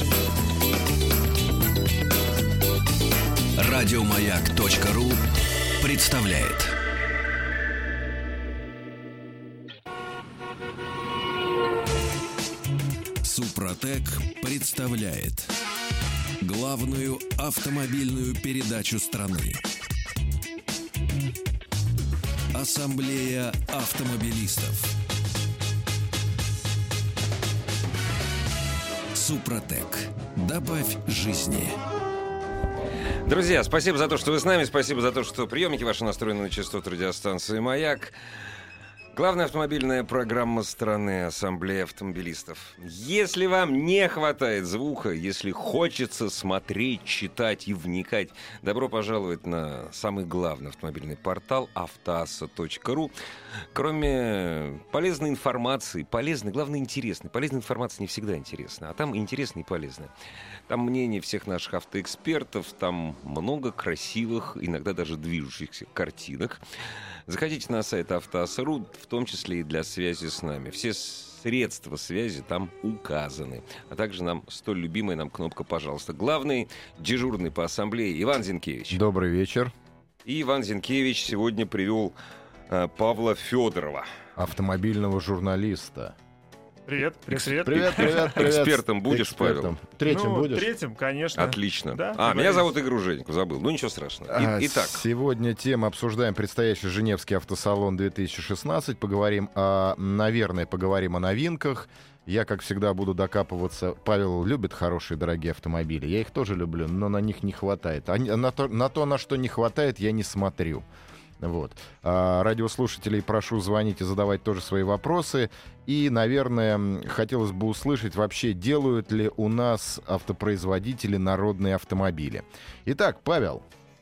Радиомаяк.ру представляет. Супротек представляет главную автомобильную передачу страны. Ассамблея автомобилистов. Супротек. Добавь жизни. Друзья, спасибо за то, что вы с нами. Спасибо за то, что приемники ваши настроены на частоту радиостанции «Маяк». Главная автомобильная программа страны, Ассамблея автомобилистов. Если вам не хватает звука, если хочется смотреть, читать и вникать, добро пожаловать на самый главный автомобильный портал автоаса.ру. Кроме полезной информации, главное, интересной. Полезная информация не всегда интересна, а там интересно и полезно. Там мнение всех наших автоэкспертов, там много красивых, иногда даже движущихся картинок. Заходите на сайт автоаса.ру, в том числе и для связи с нами. Все средства связи там указаны. А также нам столь любимая нам кнопка «Пожалуйста». Главный дежурный по ассамблее Иван Зинкевич. Добрый вечер. И Иван Зинкевич сегодня привел Павла Федорова. Автомобильного журналиста. Привет. Привет. Экспертом будешь, Павел? Третьим будешь? Третьим, конечно. Отлично. Да, меня зовут Игорь Ужеников, забыл. Ну, ничего страшного. Итак. Сегодня тему обсуждаем предстоящий Женевский автосалон 2016. Поговорим о новинках. Я, как всегда, буду докапываться. Павел любит хорошие, дорогие автомобили. Я их тоже люблю, но на них не хватает. На то, на что не хватает, я не смотрю. Вот. Радиослушателей прошу звонить и задавать тоже свои вопросы. И, наверное, хотелось бы услышать вообще, делают ли у нас автопроизводители народные автомобили. Итак, Павел,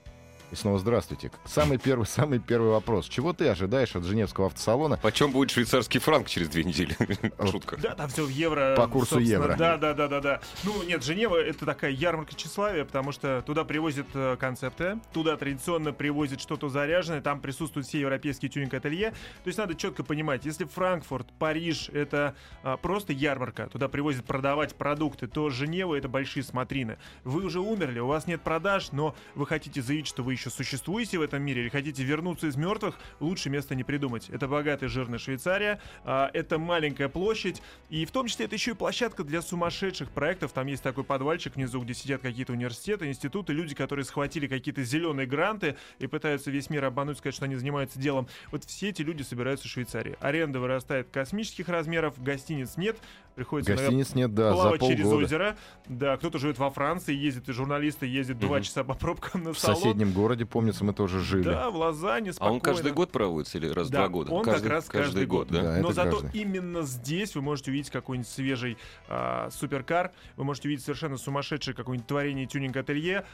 и снова здравствуйте. Самый первый вопрос. Чего ты ожидаешь от Женевского автосалона? Почем будет швейцарский франк через 2 недели? Шутка. Да, там все в евро. По курсу евро. Да. Ну, нет, Женева — это такая ярмарка тщеславия, потому что туда привозят концепты, туда традиционно привозят что-то заряженное, там присутствуют все европейские тюнинг-ателье. То есть надо четко понимать, если Франкфурт, Париж — это просто ярмарка, туда привозят продавать продукты, то Женева — это большие смотрины. Вы уже умерли, у вас нет продаж, но вы хотите заявить, что вы еще существуете в этом мире, или хотите вернуться из мертвых, лучше места не придумать. Это богатая жирная Швейцария, это маленькая площадь, и в том числе это еще и площадка для сумасшедших проектов. Там есть такой подвальчик внизу, где сидят какие-то университеты, институты, люди, которые схватили какие-то зеленые гранты и пытаются весь мир обмануть, сказать, что они занимаются делом. Вот все эти люди собираются в Швейцарии. Аренда вырастает космических размеров, гостиниц нет, приходится плавать через озеро. Да, кто-то живет во Франции, ездит, и журналисты ездят 2 часа по пробкам на салон. В соседнем городе, помнится, мы тоже жили. Да, в Лозанне спокойно. А он каждый год проводится или раз в 2 года? Он как раз каждый год. Да? Но зато именно здесь вы можете увидеть какой-нибудь свежий суперкар, вы можете увидеть совершенно сумасшедшее какое-нибудь творение тюнинг-ателье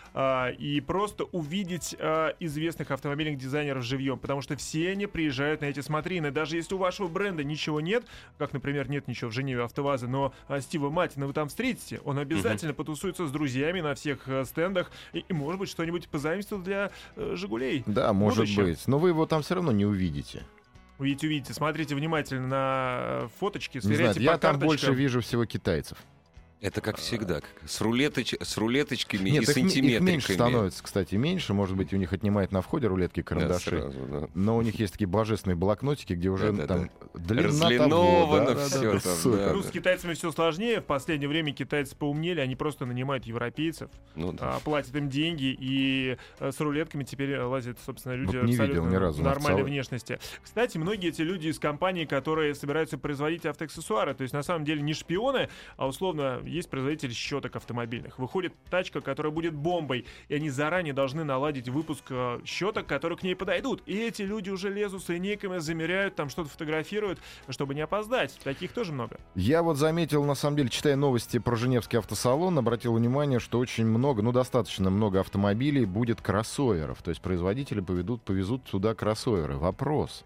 и просто увидеть известных автомобильных дизайнеров живьем, потому что все они приезжают на эти смотрины. Даже если у вашего бренда ничего нет, как, например, нет ничего в Женеве АвтоВАЗа, но Стива Маттина вы там встретите, он обязательно потусуется с друзьями на всех стендах и может быть, что-нибудь позаимствовал для «Жигулей». Да, может быть. Но вы его там все равно не увидите. Увидите. Смотрите внимательно на фоточки, сверяйте по карточкам. Я там больше вижу всего китайцев. Это как всегда, с рулеточками и сантиметриками. Их меньше становится, кстати, меньше. Может быть, у них отнимают на входе рулетки, карандаши. Да, сразу, да. Но у них есть такие божественные блокнотики, где уже там разлиновано все. Ну, с китайцами все сложнее. В последнее время китайцы поумнели, они просто нанимают европейцев, платят им деньги, и с рулетками теперь лазят, собственно, люди абсолютно нормальной внешности. Кстати, многие эти люди из компаний, которые собираются производить автоаксессуары, то есть на самом деле не шпионы, а условно есть производитель щеток автомобильных. Выходит тачка, которая будет бомбой, и они заранее должны наладить выпуск щеток, которые к ней подойдут. И эти люди уже лезут с линейками, замеряют, там что-то фотографируют, чтобы не опоздать. Таких тоже много. Я вот заметил, на самом деле, читая новости про Женевский автосалон, обратил внимание, что очень много, достаточно много автомобилей будет кроссоверов. То есть производители повезут сюда кроссоверы. Вопрос.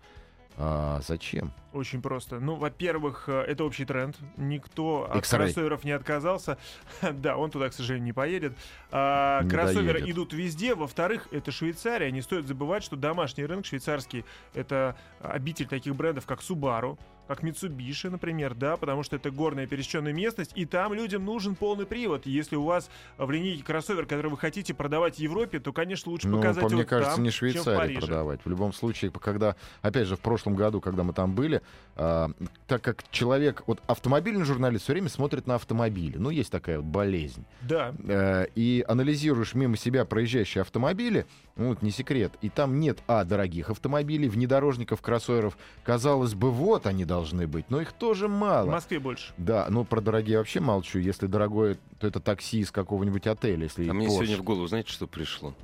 Зачем? Очень просто. Ну, во-первых, это общий тренд. Никто от кроссоверов не отказался. Да, он туда, к сожалению, не поедет. Кроссоверы идут везде. Во-вторых, это Швейцария. Не стоит забывать, что домашний рынок швейцарский — это обитель таких брендов, как Subaru, как Mitsubishi, например, да, потому что это горная пересеченная местность, и там людям нужен полный привод. Если у вас в линейке кроссовер, который вы хотите продавать в Европе, то, конечно, лучше показать его мне кажется, там, не чем в Швейцарии Париже. продавать. В любом случае, когда, опять же, в прошлом году, когда мы там были, так как человек, вот автомобильный журналист все время смотрит на автомобили. Ну, есть такая вот болезнь. Да. И анализируешь мимо себя проезжающие автомобили, ну, это не секрет, и там нет, дорогих автомобилей, внедорожников, кроссоверов. Казалось бы, вот они должны быть, но их тоже мало. В Москве больше. Да, ну про дорогие вообще молчу. Если дорогое, то это такси из какого-нибудь отеля. Если А мне Porsche. сегодня в голову, знаете, что пришло?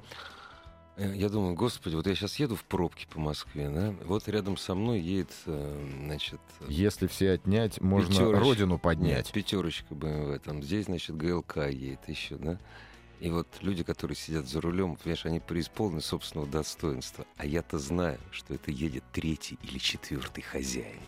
Я думаю, господи, вот я сейчас еду в пробке по Москве, да, вот рядом со мной едет, значит... Если все отнять, можно пятерочка. родину поднять. Нет, пятерочка BMW, там здесь, значит, ГЛК едет еще, да. И вот люди, которые сидят за рулем, понимаешь, они преисполнены собственного достоинства. А я-то знаю, что это едет третий или четвертый хозяин.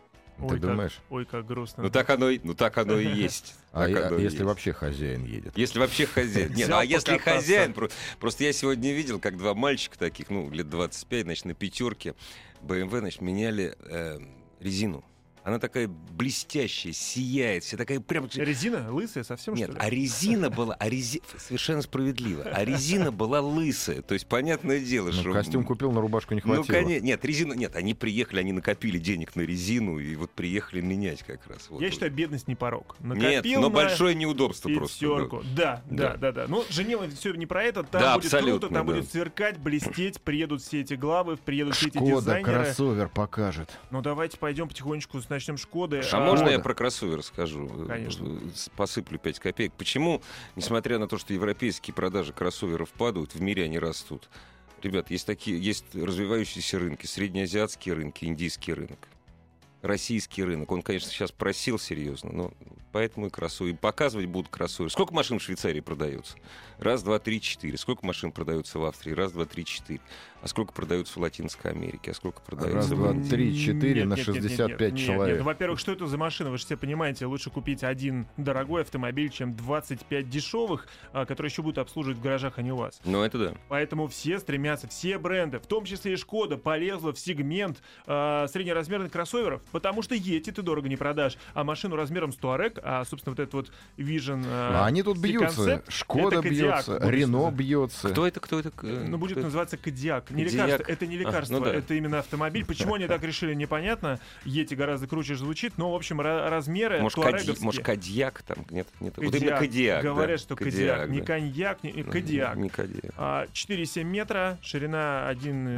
Ты думаешь? Ой, как грустно. Ну так оно и есть. Если вообще хозяин едет? Если вообще хозяин. Нет, Взял а если покататься. хозяин... Просто я сегодня видел, как два мальчика таких, ну, лет 25, значит, на пятерке BMW, значит, меняли резину. Она такая блестящая, сияет, вся такая прям... Резина лысая совсем, Нет, что ли? а резина была... совершенно справедливо. А резина была лысая. То есть, понятное дело, Ну, что... костюм купил, на рубашку не Ну, хватило. конечно. Нет, резину... Нет, они приехали, они накопили денег на резину, и вот приехали менять как раз. Вот. Я считаю, бедность не порог. Нет, Накопил но на большое неудобство просто. пятерку. Да. Ну, Женева все не про это. Там Да, будет абсолютно, круто, там да. будет сверкать, блестеть, приедут все эти главы, приедут все эти Шкода дизайнеры. кроссовер покажет. Ну, давайте пойдем потихонечку, начнем Шкоды. А можно я Шкода. про кроссовер скажу? Конечно. Посыплю 5 копеек. Почему, несмотря на то, что европейские продажи кроссоверов падают, в мире они растут? Ребят, есть развивающиеся рынки, среднеазиатские рынки, индийский рынок, российский рынок. Он, конечно, сейчас просел серьезно, но поэтому и кроссовер. Показывать будут кроссоверы. Сколько машин в Швейцарии продается? Раз, два, три, четыре. Сколько машин продается в Австрии? Раз, два, три, четыре. А сколько продается в Латинской Америке? А сколько продается Раз, в два, Индии? 3, 4 на Нет, 65 нет, человек. Нет, во-первых, что это за машина? Вы же все понимаете, лучше купить один дорогой автомобиль, чем 25 дешевых, которые еще будут обслуживать в гаражах, а не у вас. Ну, это да. Поэтому все стремятся, все бренды, в том числе и Шкода, полезла в сегмент среднеразмерных кроссоверов, потому что Yeti ты дорого не продашь, а машину размером с Touareg, собственно, вот этот вот Vision Они тут бьются. C-концепт, Шкода это Kodiaq, бьется, будет Рено называться. бьется. Кто это? Ну, будет Кто это? называться Кодиак. Не Кодиак. лекарство. Это не лекарство, ну да. это именно автомобиль. Почему они так решили, непонятно. Yeti гораздо круче звучит, но, в общем, размеры Может, туареговские. Кодиак там? Нет. Вот Кодиак. именно Кодиак. Говорят, да. что Кодиак. Не да. коньяк, не Кодиак. Не Кодиак. 4,7 метра, ширина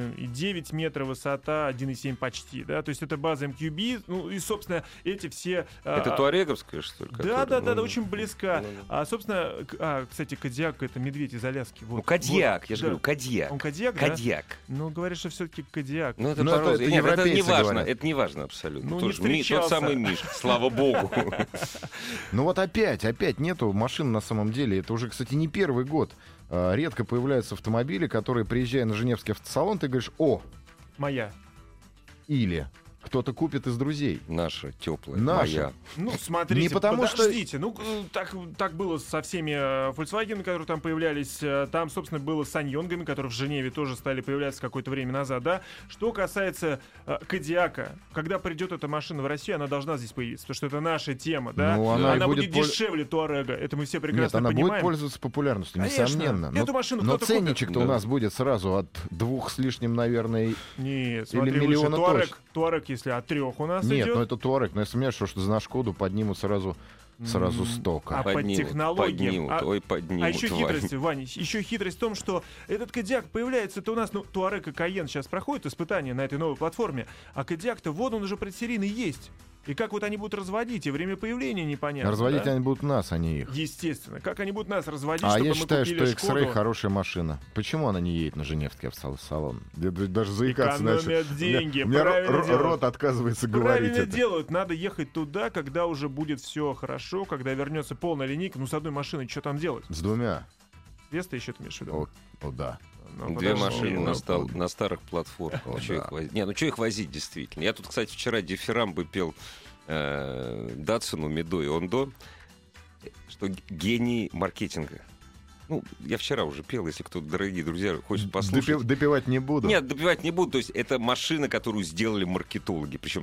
1,9 метра, высота 1,7 почти. Да? То есть это база MQB. Ну и, собственно, эти все... Это туареговская, что ли? Да, которая? очень близка. Ну, Собственно, кстати, Кодиак — это медведь из Аляски. Вот, Ну, Кодиак, вот, я же да. говорю, Кодиак. Он Кодиак, да? Кодиак. Ну, говорят, что все-таки Кодиак. Ну, это, Ну, это пожалуйста. Нет, это европейцы не важно, говорят. это не важно абсолютно. Ну, не Тоже тот встречался. самый Миш, слава богу. Ну вот опять нету машин на самом деле. Это уже, кстати, не первый год. Редко появляются автомобили, которые, приезжая на Женевский автосалон, ты говоришь: о, Моя. или кто-то купит из друзей. Наша теплая, Наша. моя. Ну, смотрите, Не потому что- подождите. Ну, так было со всеми Volkswagen, которые там появлялись. Там, собственно, было с Саньонгами, которые в Женеве тоже стали появляться какое-то время назад, да. Что касается Кодиака, когда придет эта машина в Россию, она должна здесь появиться, потому что это наша тема, да. Ну, она и будет будет дешевле Туарега, это мы все Нет, прекрасно она понимаем. будет пользоваться популярностью, Конечно. несомненно. Эту машину но кто-то ценничек-то купит. у Да. нас будет сразу от 2 с лишним, наверное. Нет, смотри, лучше миллиона точно. Туарег, если от 3 у нас Нет, идет. ну это Touareg. Но я сомневаюсь, что за Шкоду поднимут сразу столько. А под технологиям, поднимут. А еще Вань. хитрость, Ваня, еще хитрость в том, что этот Кодиак появляется-то у нас, ну, Touareg и Cayenne сейчас проходят испытания на этой новой платформе, а Кодиак-то вот он уже предсерийный есть. И как вот они будут разводить, и время появления непонятно. Разводить да? они будут нас, а не их. Естественно. Как они будут нас разводить, А чтобы я мы считаю, купили что X-Ray Шкоду? хорошая машина. Почему она не едет на Женевский автосалон? Я даже заикаться начал. Экономят деньги, У меня правильно делают. рот отказывается говорить Правильно это. делают. Надо ехать туда, когда уже будет все хорошо, когда вернется полная линейка. Ну, с одной машиной что там делать? С двумя. Веста еще ты имеешь в виду? О, да. Ну, Две подожди. машины ну, на старых платформах. О, Чё да. их возить? Не, ну что их возить, действительно. Я тут, кстати, вчера дифирамбы пел Датсуну, Мидо и Ондо, что гений маркетинга. Ну, я вчера уже пел, если кто-то, дорогие друзья, хочет послушать. Допивать не буду. Нет, допивать не буду. То есть это машина, которую сделали маркетологи. Причем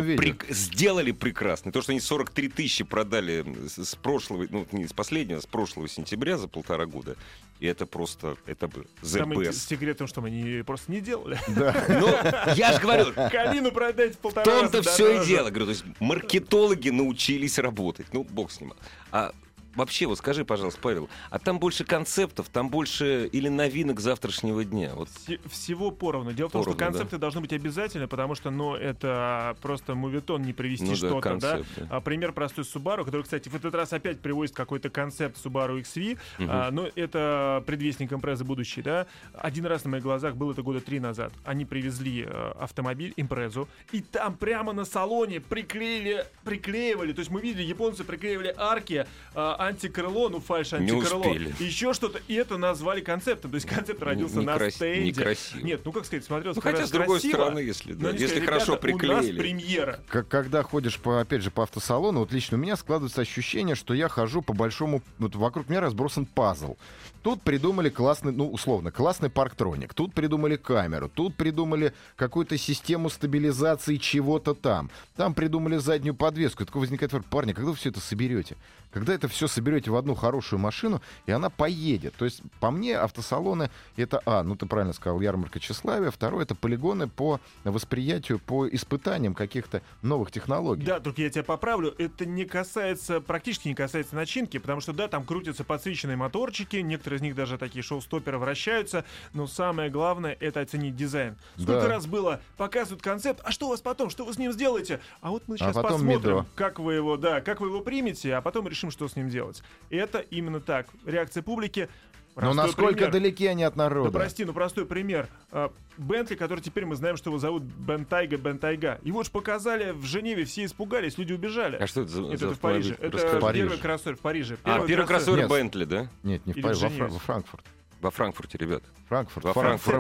сделали прекрасно. То, что они 43 тысячи продали с прошлого, ну, не с последнего, с прошлого сентября за 1,5 года. И это просто, это the Там best. с секретом, что мы просто не делали. Ну, я же говорю, Калину продать в 1,5 раза в том-то все и дороже. дело. Говорю, то есть маркетологи научились работать. Ну, бог с ним. А вообще, вот скажи, пожалуйста, Павел, а там больше концептов, там больше или новинок завтрашнего дня? Вот. Всего поровну. Дело в том, что Поровну, концепты должны быть обязательны, потому что, это просто мувитон не привести Ну да, что-то, концепт, да. А пример простой Subaru, который, кстати, в этот раз опять привозит какой-то концепт Subaru XV, но это предвестник импрезы будущей, да. Один раз на моих глазах было это года 3 назад. Они привезли автомобиль, импрезу, и там прямо на салоне приклеивали, то есть мы видели, японцы приклеивали арки, антикрыло, фальш-антикрыло, еще что-то, и это назвали концептом. То есть концепт родился на стенде. Некрасиво. Нет, как сказать, смотрелся хотя, с другой стороны, если хорошо приклеили. У нас премьера. Когда ходишь, опять же, по автосалону, вот лично у меня складывается ощущение, что я хожу по большому... Вот вокруг меня разбросан пазл. Тут придумали классный, условно, классный парктроник. Тут придумали камеру. Тут придумали какую-то систему стабилизации чего-то там. Там придумали заднюю подвеску. И такой возникает вопрос: парни, когда вы все это соберете? Когда это все соберете в одну хорошую машину, и она поедет? То есть, по мне, автосалоны — это, ты правильно сказал, ярмарка тщеславия. Второе — это полигоны по восприятию, по испытаниям каких-то новых технологий. Да, только я тебя поправлю. Это практически не касается начинки, потому что, да, там крутятся подсвеченные моторчики, некоторые из них даже такие шоу-стопперы вращаются, но самое главное — это оценить дизайн. Сколько раз было, показывают концепт, а что у вас потом, что вы с ним сделаете? А вот мы сейчас посмотрим, как вы его примете, а потом решим, что с ним делать. Это именно так. Реакция публики. Но насколько далеки они от народа? Да прости, простой пример. Бентли, который теперь мы знаем, что его зовут Бентайга. Его же показали в Женеве, все испугались, люди убежали. А что это за Это в Париже. Это первый кроссовер в Париже. Первый кроссовер Бентли, да? Нет, не в Париже, во Франкфурт. Во Франкфурте, ребят. Франкфурт.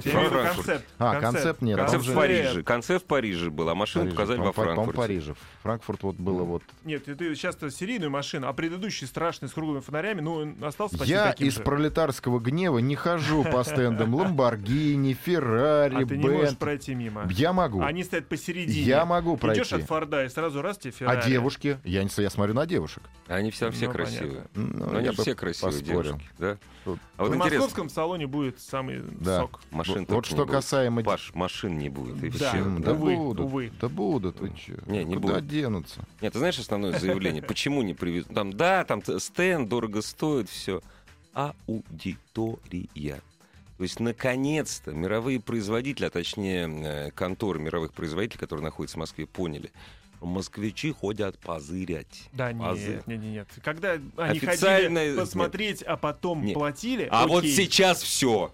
Концепт нет. Концепт в Париже. Концепт в Париже был, а машину показали во Франкфурте. В Париже. Франкфурт было. Нет, это сейчас-то серийную машину, а предыдущий страшный с круглыми фонарями, остался почти Я таким из же. пролетарского гнева не хожу по стендам Ламборгини, Феррари, А ты не можешь пройти мимо. Я могу. Они стоят посередине. Я могу пройти. Идешь от Форда, и сразу раз тебе Феррари. А девушки? Я смотрю на девушек. Они все красивые. Я все красивые девушки. Да? А вот в московском салоне будет самый сок. Машин вот что касаемо... Паш, машин не будет, и все. Да будут. Да будут, вы чё? Не Куда будут. денутся? Нет, ты знаешь основное заявление? Почему не привезут? Там стенд дорого стоит, все. Аудитория. То есть, наконец-то, мировые производители, а точнее, конторы мировых производителей, которые находятся в Москве, поняли. Москвичи ходят позырять. Да, нет. Когда они официально... ходили посмотреть, а потом платили... А вот сейчас все.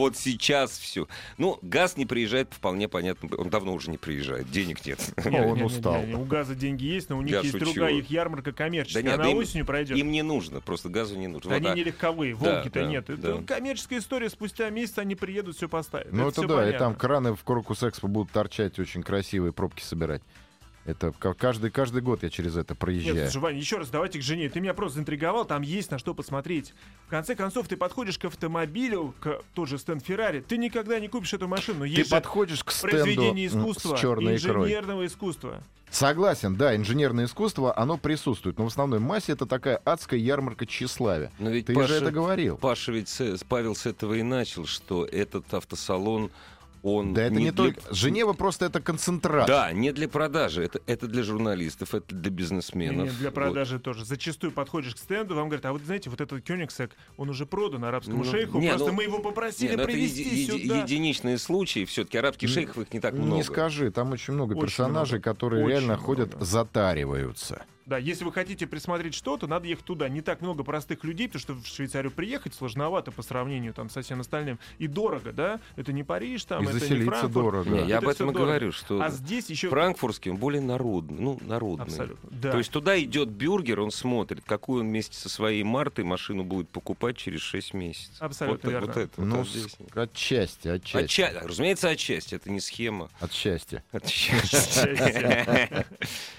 ГАЗ не приезжает, вполне понятно. Он давно уже не приезжает, денег нет. Он устал. У ГАЗа деньги есть, но у них есть другая их ярмарка коммерческая. Она осенью пройдет. Им не нужно, просто ГАЗу не нужно. Они не легковые, Волги-то нет. Это коммерческая история, спустя месяц они приедут, все поставят. Это да, и там краны в Крокус Экспо будут торчать, очень красивые пробки собирать. Это каждый год я через это проезжаю. Нет, Ваня, еще раз давайте к жене. Ты меня просто заинтриговал, там есть на что посмотреть. В конце концов, ты подходишь к автомобилю, к тот же стенд Феррари, ты никогда не купишь эту машину. Ты подходишь к стенду произведение искусства, с черной икрой. Инженерного искусства. Согласен, да, инженерное искусство, оно присутствует, но в основной массе это такая адская ярмарка тщеславия. Но ведь ты же это говорил. Паша, Павел с этого и начал, что этот автосалон... Да это не только... Женева просто это концентрат. Да, не для продажи. Это для журналистов, это для бизнесменов. Нет, для продажи тоже. Зачастую подходишь к стенду, вам говорят, а вот знаете, вот этот Кёнигсек, он уже продан арабскому шейху, просто мы его попросили привезти сюда. Единичные случаи, все-таки арабских шейхов их не так много. Не скажи, там очень много персонажей, которые реально ходят, затариваются. Да, если вы хотите присмотреть что-то, надо ехать туда. Не так много простых людей, потому что в Швейцарию приехать сложновато по сравнению со всем остальным. И дорого, да? Это не Париж, и это не Франкфурт. Дорого. Не, я об этом и говорю, что здесь еще... франкфуртский, он более народный. Абсолютно, да. То есть туда идет бюргер, он смотрит, какую он вместе со своей Мартой машину будет покупать через 6 месяцев. Абсолютно верно. Отчасти. Разумеется, отчасти. Это не схема. От счастья.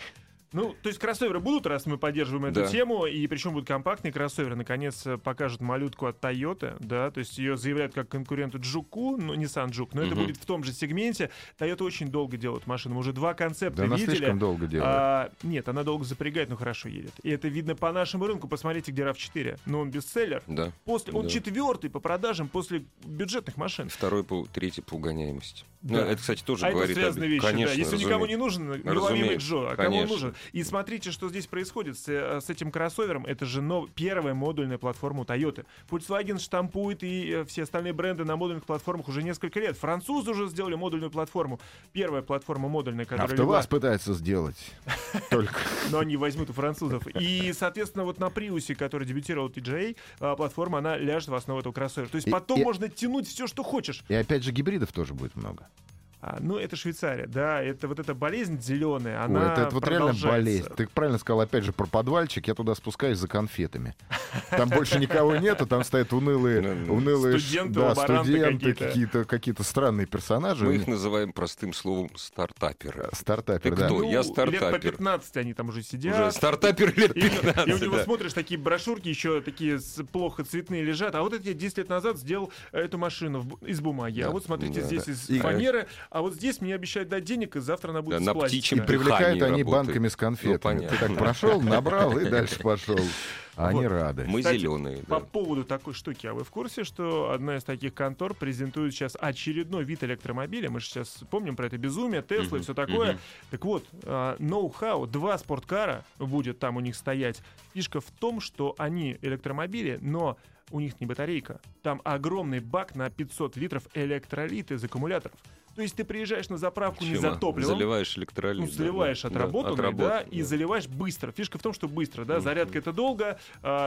Ну, то есть кроссоверы будут, раз мы поддерживаем эту Да. тему, и причем будут компактные кроссоверы. Наконец покажут малютку от Toyota, да, то есть ее заявляют как конкуренту Juke, ну, Nissan Juke, но это будет в том же сегменте. Toyota очень долго делает машину, мы уже 2 концепта Да она видели. слишком долго делает. Нет, она долго запрягает, но хорошо едет. И это видно по нашему рынку. Посмотрите, где RAV4. Ну, он бестселлер. Да. Он Да. 4-й по продажам после бюджетных машин. 2-й, 3-й по угоняемости. Ну, Да. это, кстати, тоже А это говорит связанные вещи, конечно, да. Если никому не нужен, неуловимый Разумеется, Джо, а кому он конечно. нужен? И смотрите, что здесь происходит с этим кроссовером. Это же первая модульная платформа у Toyota. Volkswagen штампует и все остальные бренды на модульных платформах уже несколько лет. Французы уже сделали модульную платформу. Первая платформа модульная, которая АвтоВАЗ пытается сделать. Только. но они возьмут у французов. И, соответственно, вот на Приусе, который дебютировал TGA, платформа, она ляжет в основу этого кроссовера. То есть потом можно тянуть все, что хочешь. И опять же гибридов тоже будет много. Ну, это Швейцария, да, это вот эта болезнь зеленая, Ой, она это вот реально продолжается. болезнь. Ты правильно сказал, опять же, про подвальчик. Я туда спускаюсь за конфетами. Там больше никого нету, там стоят унылые Студенты, лаборанты студенты, какие-то странные персонажи. Мы их называем простым словом стартаперы. Стартапер, Ты да. кто? Ну, Я лет по стартапер. 15 они там уже сидят. Уже стартапер лет И 15. у него да. смотришь, такие брошюрки еще такие плохо цветные лежат. А вот это я 10 лет назад сделал эту машину из бумаги. Да, А вот смотрите, да, здесь да. из И- фанеры. А вот здесь мне обещают дать денег, и завтра она будет Да, из на пластика. птичьем Привлекают дыхании они работает. банками с конфетами. Ну, понятно. Ты так прошел, набрал и дальше пошел. Они Вот. рады. Мы Кстати, зеленые. По Да. поводу такой штуки, а вы в курсе, что одна из таких контор презентует сейчас очередной вид электромобиля? Мы же сейчас помним про это безумие, Тесла и все такое. мгм. Так вот, ноу-хау, 2 спорткара будет там у них стоять. Фишка в том, что они электромобили, но у них не батарейка. Там огромный бак на 500 литров электролита из аккумуляторов. То есть ты приезжаешь на заправку не за Чем? топливом, Заливаешь электролит. ну, да, сливаешь да, отработанный, да, отработанный, и заливаешь быстро. Фишка в том, что быстро, да, Мгм. зарядка это долго,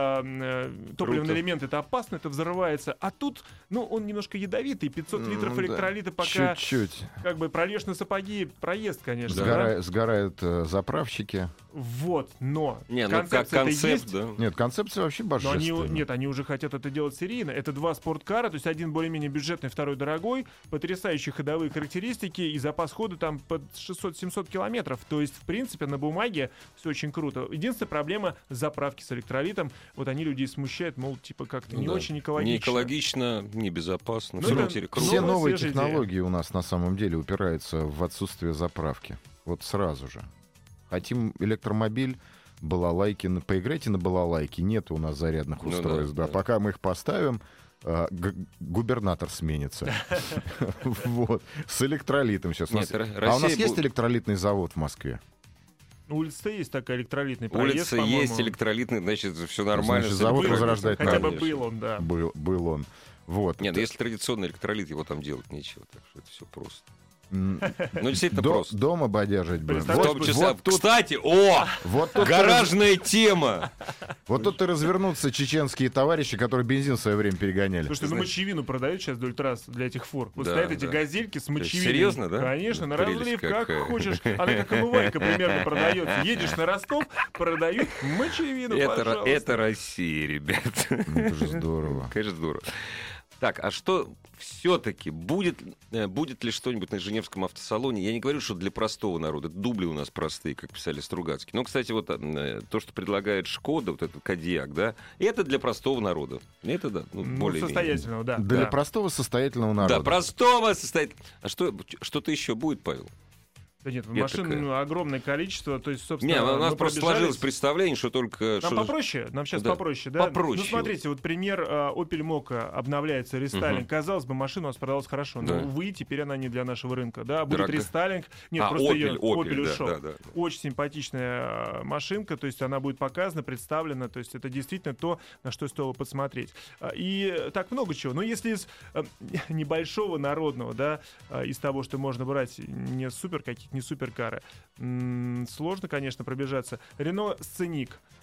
топливный Круто. элемент это опасно, это взрывается. А тут, ну, он немножко ядовитый, 500 литров да. электролита пока Чуть-чуть. как бы прольешь на сапоги, проезд, конечно. да. Сгорают заправщики. Вот, но Не, ну как концепция-то концепт, есть. да. Нет, концепция вообще Но они, божественная. нет, они уже хотят это делать серийно. Это 2 спорткара, то есть один более-менее бюджетный, второй дорогой, потрясающие ходовые характеристики и запас хода там под 600-700 километров. То есть, в принципе, на бумаге все очень круто. Единственная проблема — заправки с электролитом. Вот они людей смущают, мол, типа как-то не Да. очень экологично. Не экологично, не безопасно. Ну, Всё равно это тебе новая, Все новые свежая технологии у нас на самом деле упираются в отсутствие заправки. Вот сразу же. Хотим электромобиль, балалайки, поиграйте на балалайке. Нет у нас зарядных Ну да, устройств. Да. да. Пока мы их поставим, губернатор сменится. Вот. С электролитом сейчас. Нет, А у нас Россия есть будет- электролитный завод в Москве? Улица есть такая электролитный проезд, Улица по-моему. есть, электролитный, значит, все нормально. Значит, с завод электролитом. возрождать Хотя бы надо. был он, да. Был он. Вот. Нет, ну если традиционный электролит, его там делать нечего. Так что это все просто. М, Ну, действительно просто. Дома бодяжить бы. В Представляешь, том Вот, числе... вот тут, Кстати, вот тут гаражная тема! Вот тут и развернутся чеченские товарищи, которые бензин в свое время перегоняли. Слушайте, ну мочевину продают сейчас вдоль трасс для этих фур. Вот Да, стоят эти да. газельки с мочевиной. Серьезно, да? Конечно, на Прелесть разлив, как какая. хочешь. Она как омывайка примерно продается. Едешь на Ростов, продают мочевину, пожалуйста. Это Россия, ребят. Это же здорово. Конечно, здорово. Так, а что все-таки будет ли что-нибудь на Женевском автосалоне? Я не говорю, что для простого народа. Дубли у нас простые, как писали Стругацкий. Но, кстати, вот то, что предлагает Шкода, вот этот Кодиак, да, это для простого народа. Это да, ну, Ну, более состоятельного, да. Для да. простого состоятельного народа. Да, простого состоятельного. А что-то еще будет, Павел? Да нет, Я машин такая. огромное количество, то есть, собственно, Не, у нас мы просто пробежались. сложилось представление, что только... Нам что- попроще? Нам сейчас Да. попроще, да? Попроще. Ну, смотрите, вот пример Opel Mokka обновляется, рестайлинг. Мгм. Казалось бы, машина у нас продалась хорошо, Да. но, увы, теперь она не для нашего рынка, да? Будет Дорого. рестайлинг. Нет, А, просто Opel, ее Opel да, ушел. да, да. Очень симпатичная машинка, то есть она будет показана, представлена, то есть это действительно то, на что стоило посмотреть. И так много чего. Но если из небольшого народного, да, из того, что можно брать не супер какие-то, не суперкары, сложно, конечно, пробежаться. Renault Scenic.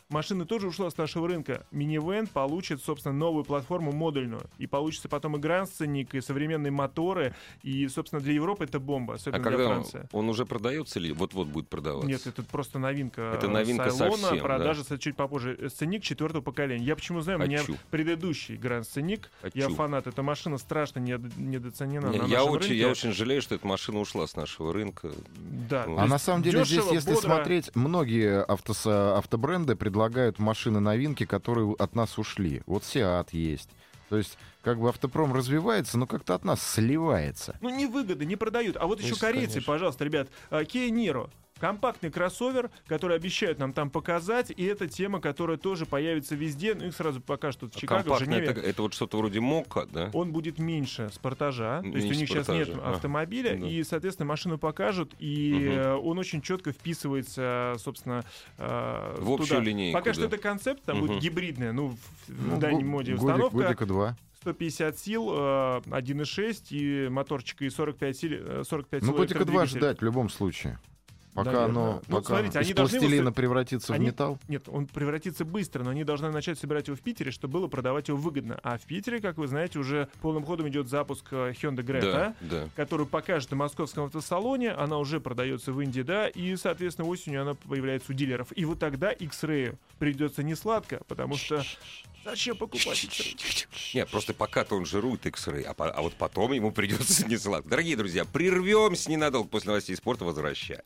машина тоже ушла с нашего рынка. Минивэн получит, собственно, новую платформу модульную. И получится потом и гранд-сценик, и современные моторы. И, собственно, для Европы это бомба, особенно для Франции. Он уже продается или вот-вот будет продаваться? Нет, это просто новинка. Это новинка салона, совсем, продажа чуть попозже. Сценик 4-го поколения. Я почему знаю, у меня предыдущий гранд-сценик. Я фанат. Эта машина страшно недооценена на нашем рынке. Я очень жалею, что эта машина ушла с нашего рынка. Да. А на самом деле здесь, если смотреть, многие автобренды предлагают машины-новинки, которые от нас ушли. Вот Seat есть. То есть, как бы автопром развивается, но как-то от нас сливается. Ну, невыгодно, не продают. А вот еще корейцы, конечно. Пожалуйста, ребят. Kia Niro. Компактный кроссовер, который обещают нам там показать, и это тема, которая тоже появится везде. Ну, их сразу покажут тут в Чикаго, в Женеве. Это вот что-то вроде Мокка, да? Он будет меньше спортажа, то есть у них сейчас нет автомобиля, и, соответственно, машину покажут, и он очень четко вписывается, собственно, в общую линейку. Пока что это концепт, там будет гибридная, в дальней моде установка. Годика 2. 150 сил, 1.6 и моторчик, и 45 сил. 45 ну, годика 2 ждать в любом случае. Пока оно смотрите, из пластилина превратится в металл? Нет, он превратится быстро, но они должны начать собирать его в Питере, чтобы было продавать его выгодно. А в Питере, как вы знаете, уже полным ходом идет запуск Hyundai Greta, которую покажет на московском автосалоне. Она уже продается в Индии, да, и, соответственно, осенью она появляется у дилеров. И вот тогда X-Ray придется не сладко, потому что зачем покупать X-Ray? Нет, просто пока-то он жирует X-Ray, а вот потом ему придется не сладко. Дорогие друзья, прервемся ненадолго, после новостей спорта возвращаемся.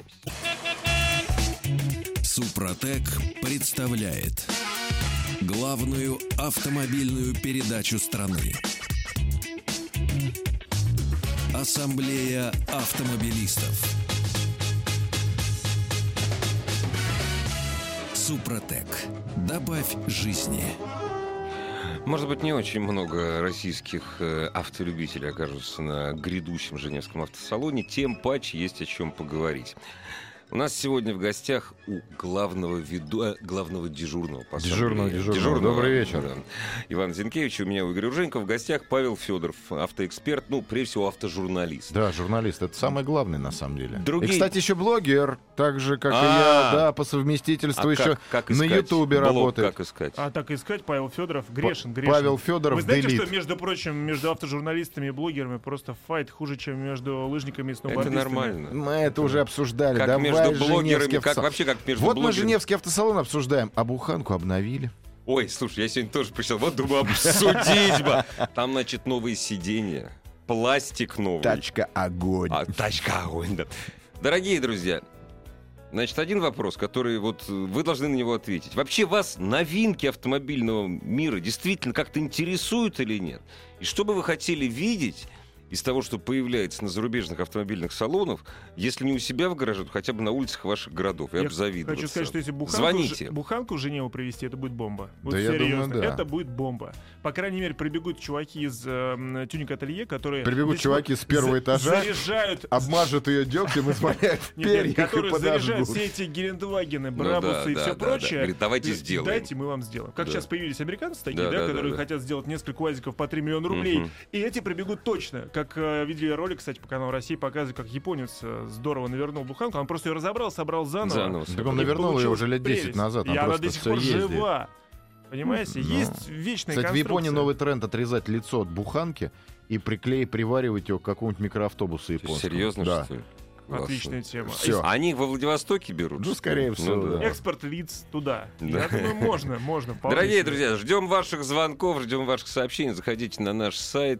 Супротек представляет главную автомобильную передачу страны. Ассамблея автомобилистов. Супротек. Добавь жизни. Может быть, не очень много российских автолюбителей окажутся на грядущем Женевском автосалоне, тем паче есть о чем поговорить. У нас сегодня в гостях у главного дежурного. Дежурного. Добрый вечер. Да. Иван Зинкевич, у меня у Игоря Руженко, в гостях Павел Федоров, автоэксперт, прежде всего, автожурналист. Да, журналист, это самое главное на самом деле. И, кстати, еще блогер, так же, как и я, да, по совместительству еще как на Ютубе работает. Как искать? Так искать Павел Федоров грешен. Павел Федоров. Вы знаете, делит. что, между прочим, между автожурналистами и блогерами просто файт хуже, чем между лыжниками и сноубордистами? Это нормально. Мы это уже обсуждали. Как между блогерами, как вообще как между вот блогерами. Мы Женевский автосалон обсуждаем, а буханку обновили. Ой, слушай, я сегодня тоже пришел, вот думаю, обсудить бы. Там, значит, новые сиденья, пластик новый. Тачка огонь. Тачка огонь, да. Дорогие друзья, значит, один вопрос, который вот вы должны на него ответить. Вообще вас новинки автомобильного мира действительно как-то интересуют или нет? И что бы вы хотели видеть из того, что появляется на зарубежных автомобильных салонах, если не у себя в гараже, то хотя бы на улицах ваших городов, и обзавидоваться. Хочу сказать, что если буханку в Женеву привезти, это будет бомба. Вот да, серьезно, думаю, да. Это будет бомба. По крайней мере, прибегут чуваки из тюнинг-ателье, которые... Прибегут чуваки с первого этажа, заряжают... обмажут ее дегтем и смотрят в перьях, которые заряжают все эти Гелендвагены, Брабусы и все прочее. Говорит, давайте сделаем. Дайте, мы вам сделаем. Как сейчас появились американцы такие, которые хотят сделать несколько УАЗиков по 3 миллиона рублей. И эти прибегут точно. Как видели ролик, кстати, по каналу России, показывает, как японец здорово навернул буханку. Он просто ее разобрал, собрал заново. Так он навернул ее уже лет 10 назад. И она до сих пор жива. Понимаете? Есть вечная конструкция. Кстати, в Японии новый тренд — отрезать лицо от буханки и приваривать ее к какому-нибудь микроавтобусу японскому. Серьезно, да. что ли? Отличная тема. Всё. Они их во Владивостоке берут? Ну, скорее всего, да. Экспорт лиц туда. Да. Я думаю, можно. Дорогие друзья, ждем ваших звонков, ждем ваших сообщений. Заходите на наш сайт.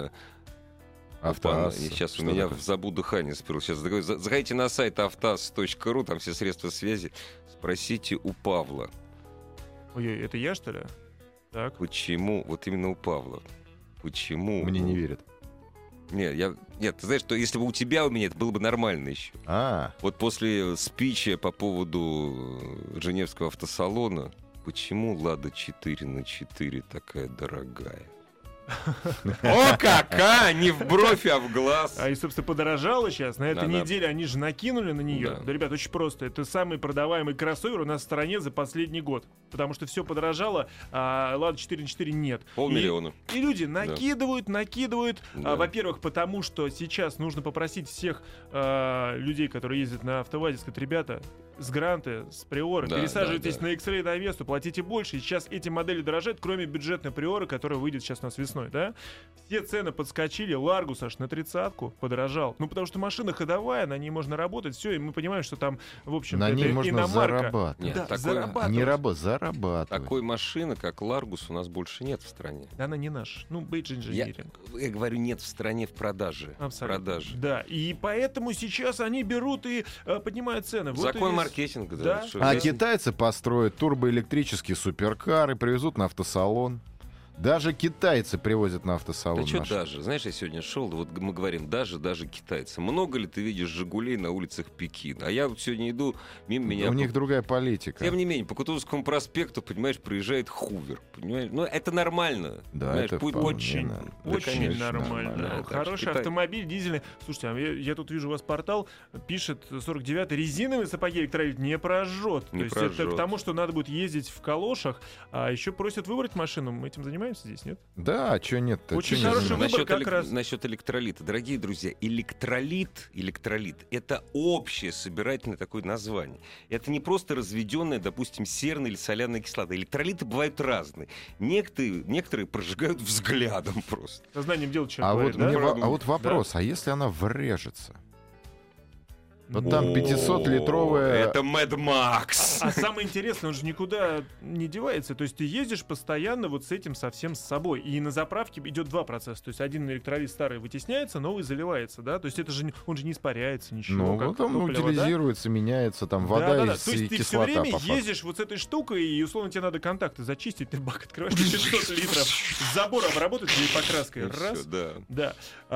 Автоасс. Сейчас у меня забуду дыхание сперва. Сейчас заходите на сайт автоасс.ру, там все средства связи. Спросите у Павла. Ой, это я, что ли? Так. Почему? Вот именно у Павла. Почему? Мне не верят. Нет, ты знаешь, что если бы у тебя, у меня, это было бы нормально еще. Вот после спича по поводу Женевского автосалона, почему Лада 4/4 такая дорогая? О, какая! Не в бровь, а в глаз. И, собственно, подорожало сейчас. На этой неделе они же накинули на нее. Да, ребят, очень просто. Это самый продаваемый кроссовер у нас в стране за последний год. Потому что все подорожало, а Лада 4/4 нет. 500 000. И люди накидывают. Да. Во-первых, потому что сейчас нужно попросить всех людей, которые ездят на АвтоВАЗе, сказать: ребята, с Гранты, с Приоры, Да, пересаживайтесь да. на X-Ray, на Весту, платите больше. И сейчас эти модели дорожают, кроме бюджетной Приоры, которая выйдет сейчас у нас весной, да? Все цены подскочили, Ларгус аж на 30-ку подорожал. Ну, потому что машина ходовая, на ней можно работать, все, и мы понимаем, что там, в общем-то, На ней это можно иномарка. зарабатывать. Нет, Да, такой- зарабатывать. Зарабатывать. Такой машины, как Ларгус, у нас больше нет в стране. Она не наша. Ну, Beige Engineering. Я говорю, нет в стране в продаже. Абсолютно. Продаже. Да, и поэтому сейчас они берут и поднимают цены. Вот Закон и- маркетинга, Да. да. Что А весь- китайцы построят турбоэлектрические суперкары, привезут на автосалон. Даже китайцы привозят на автосалон. Да что машины. даже? Знаешь, я сегодня шел, вот мы говорим, даже китайцы. Много ли ты видишь «Жигулей» на улицах Пекина? А я вот сегодня иду, мимо меня... У них другая политика. Тем не менее, по Кутузовскому проспекту, понимаешь, проезжает Хувер. Понимаешь? Ну, это нормально. Да, Понимаешь, это пусть- вполне Очень, нормально. Да, очень конечно, нормально. да, так что Хороший Китай- автомобиль дизельный. Слушайте, а я тут вижу у вас портал, пишет 49-й, резиновые сапоги электролит не прожжет. Не То есть это прожжет. к тому, что надо будет ездить в калошах, а еще просят выбрать машину. Мы этим занимаемся здесь, нет? Да, а что нет-то? Очень Чё не хороший заниматься? выбор как раз. Насчет электролита. Дорогие друзья, электролит — это общее собирательное такое название. Это не просто разведенная, допустим, серная или соляная кислота. Электролиты бывают разные. Некоторые прожигают взглядом просто. Сознанием дела человек А говорит, вот, да? мне Правда. а вот вопрос, а если она врежется? Вот Ну, там 500-литровая... Это Мэд Макс. А самое интересное, он же никуда не девается. То есть ты ездишь постоянно вот с этим совсем с собой. И на заправке идет два процесса. То есть один электролит старый вытесняется, новый заливается, да? То есть это же он же не испаряется ничего. Ну, как вот там топливо, да? утилизируется, меняется, там вода Да-да-да. и То есть ты все кислота время по факту. ездишь вот с этой штукой, и условно тебе надо контакты зачистить, ты бак открываешь 500 литров, забор обработать или покраской. И Раз. всё, да. Да.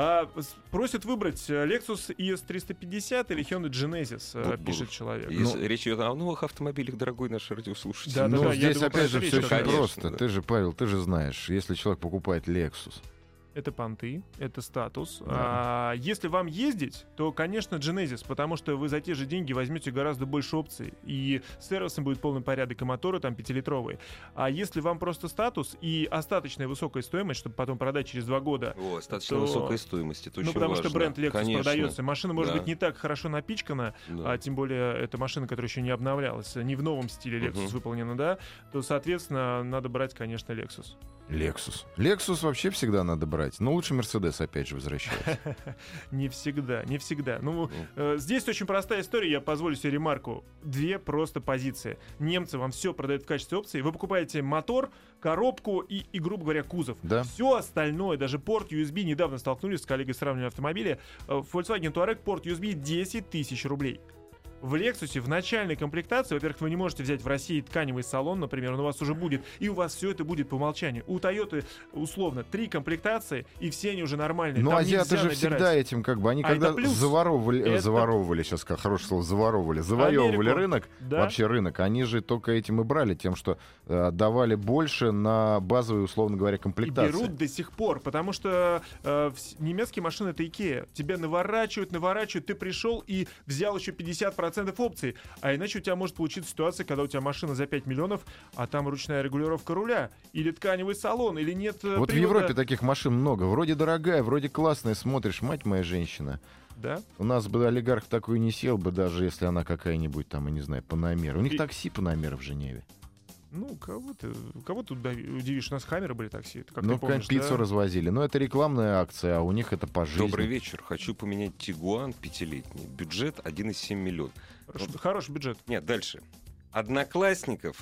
Просят выбрать Lexus ES350 или Hyundai Genesis, пишет человек. Если речь идет о новых автомобилях, дорогой наш радиослушатель. Да, Ну, да, я здесь думаю, про опять это же речь все как очень раз. просто. Конечно, да. Ты же, Павел, ты же знаешь, если человек покупает Lexus, Это понты, это статус. Да. Если вам ездить, то, конечно, Genesis, потому что вы за те же деньги возьмете гораздо больше опций. И с сервисом будет полный порядок, и моторы там 5-литровые. А если вам просто статус и остаточная высокая стоимость, чтобы потом продать через 2 года, О, достаточно то- высокой стоимости. Это ну, очень потому что важно. бренд Lexus Конечно. продается, машина может Да. быть не так хорошо напичкана, Да. а тем более это машина, которая еще не обновлялась, не в новом стиле Lexus Мгм. выполнена, да, то, соответственно, надо брать, конечно, Lexus. Lexus. Lexus вообще всегда надо брать. Но лучше Mercedes опять же возвращается. Не всегда, не всегда. Ну, здесь очень простая история, я позволю себе ремарку. Две просто позиции. Немцы вам все продают в качестве опции. Вы покупаете мотор, коробку и грубо говоря, кузов. Да. Все остальное, даже порт USB, недавно столкнулись с коллегой, сравнивали автомобили. В Volkswagen Touareg порт USB 10 тысяч рублей. В Lexus в начальной комплектации, во-первых, вы не можете взять в России тканевый салон, например, он у вас уже будет, и у вас все это будет по умолчанию. У Toyota, условно, 3 комплектации, и все они уже нормальные. Ну, Там азиаты нельзя же набирать. всегда этим как бы... Они А когда это плюс. заворовывали, сейчас как хорошее слово, завоевывали Америку. рынок, Да. вообще рынок, они же только этим и брали, тем, что давали больше на базовые, условно говоря, И комплектации. берут до сих пор, потому что немецкие машины — это Икеа. Тебя наворачивают, ты пришел и взял еще 50% опций. А иначе у тебя может получиться ситуация, когда у тебя машина за 5 миллионов, а там ручная регулировка руля, или тканевый салон, или нет Вот в привода. Европе таких машин много. Вроде дорогая, вроде классная. Смотришь, мать моя женщина. Да? У нас бы олигарх такой не сел бы, даже если она какая-нибудь там, я не знаю, Панамера. У них И- такси Панамера в Женеве. Ну, кого ты удивишь? У нас Хаммеры были такси. Это как Ну, ты помнишь, пиццу да? развозили. Но это рекламная акция, а у них это по жизни. Добрый вечер. Хочу поменять Тигуан 5-летний. Бюджет 1,7 миллион. Хороший бюджет. Нет, дальше. Одноклассников,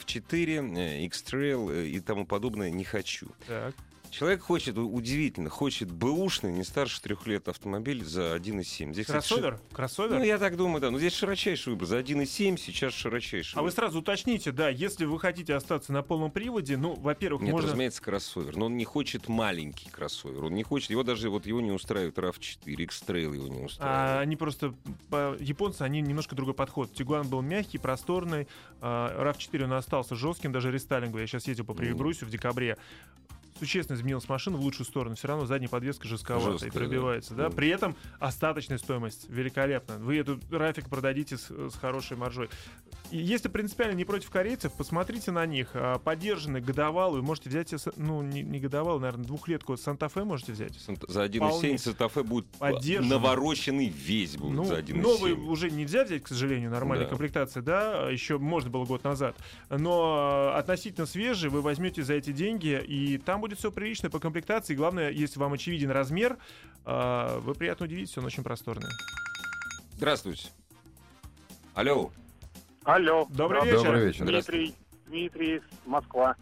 RAV4, X-Trail и тому подобное не хочу. Так. Человек хочет, удивительно, хочет бэушный, не старше 3 лет автомобиль за 1,7. Здесь, кстати, Кроссовер? Кроссовер? Ну, я так думаю, да. Но здесь широчайший выбор. За 1,7 сейчас широчайший А вы выбор. сразу уточните, да, если вы хотите остаться на полном приводе, ну, во-первых, Нет, можно... разумеется, кроссовер. Но он не хочет маленький кроссовер. Он не хочет, его даже вот его не устраивает RAV4, X-Trail его не А устраивает. они просто, японцы, они немножко другой подход. Тигуан был мягкий, просторный, RAV4 он остался жестким, даже рестайлинговый. Я сейчас ездил по Эльбрусе в декабре. существенно изменилась машина в лучшую сторону. Все равно задняя подвеска жестковатая и Жесткая, пробивается. Да? да. При этом остаточная стоимость великолепна. Вы эту Рафик продадите с хорошей маржой. И если принципиально не против корейцев, посмотрите на них. Подержанный, годовалый, можете взять, ну, не годовалый, наверное, двухлетку Санта-Фе можете взять. За 1.7 Санта-Фе будет Поддержанный. навороченный весь будет Ну, за 1.7. новый уже нельзя взять, к сожалению, нормальной Да. комплектации, да, еще можно было год назад. Но относительно свежий вы возьмете за эти деньги, и там будет все прилично по комплектации. Главное, если вам очевиден размер, вы приятно удивитесь, он очень просторный. Здравствуйте. Алло. Алло. Добрый Добрый вечер. вечер. Дмитрий, Москва.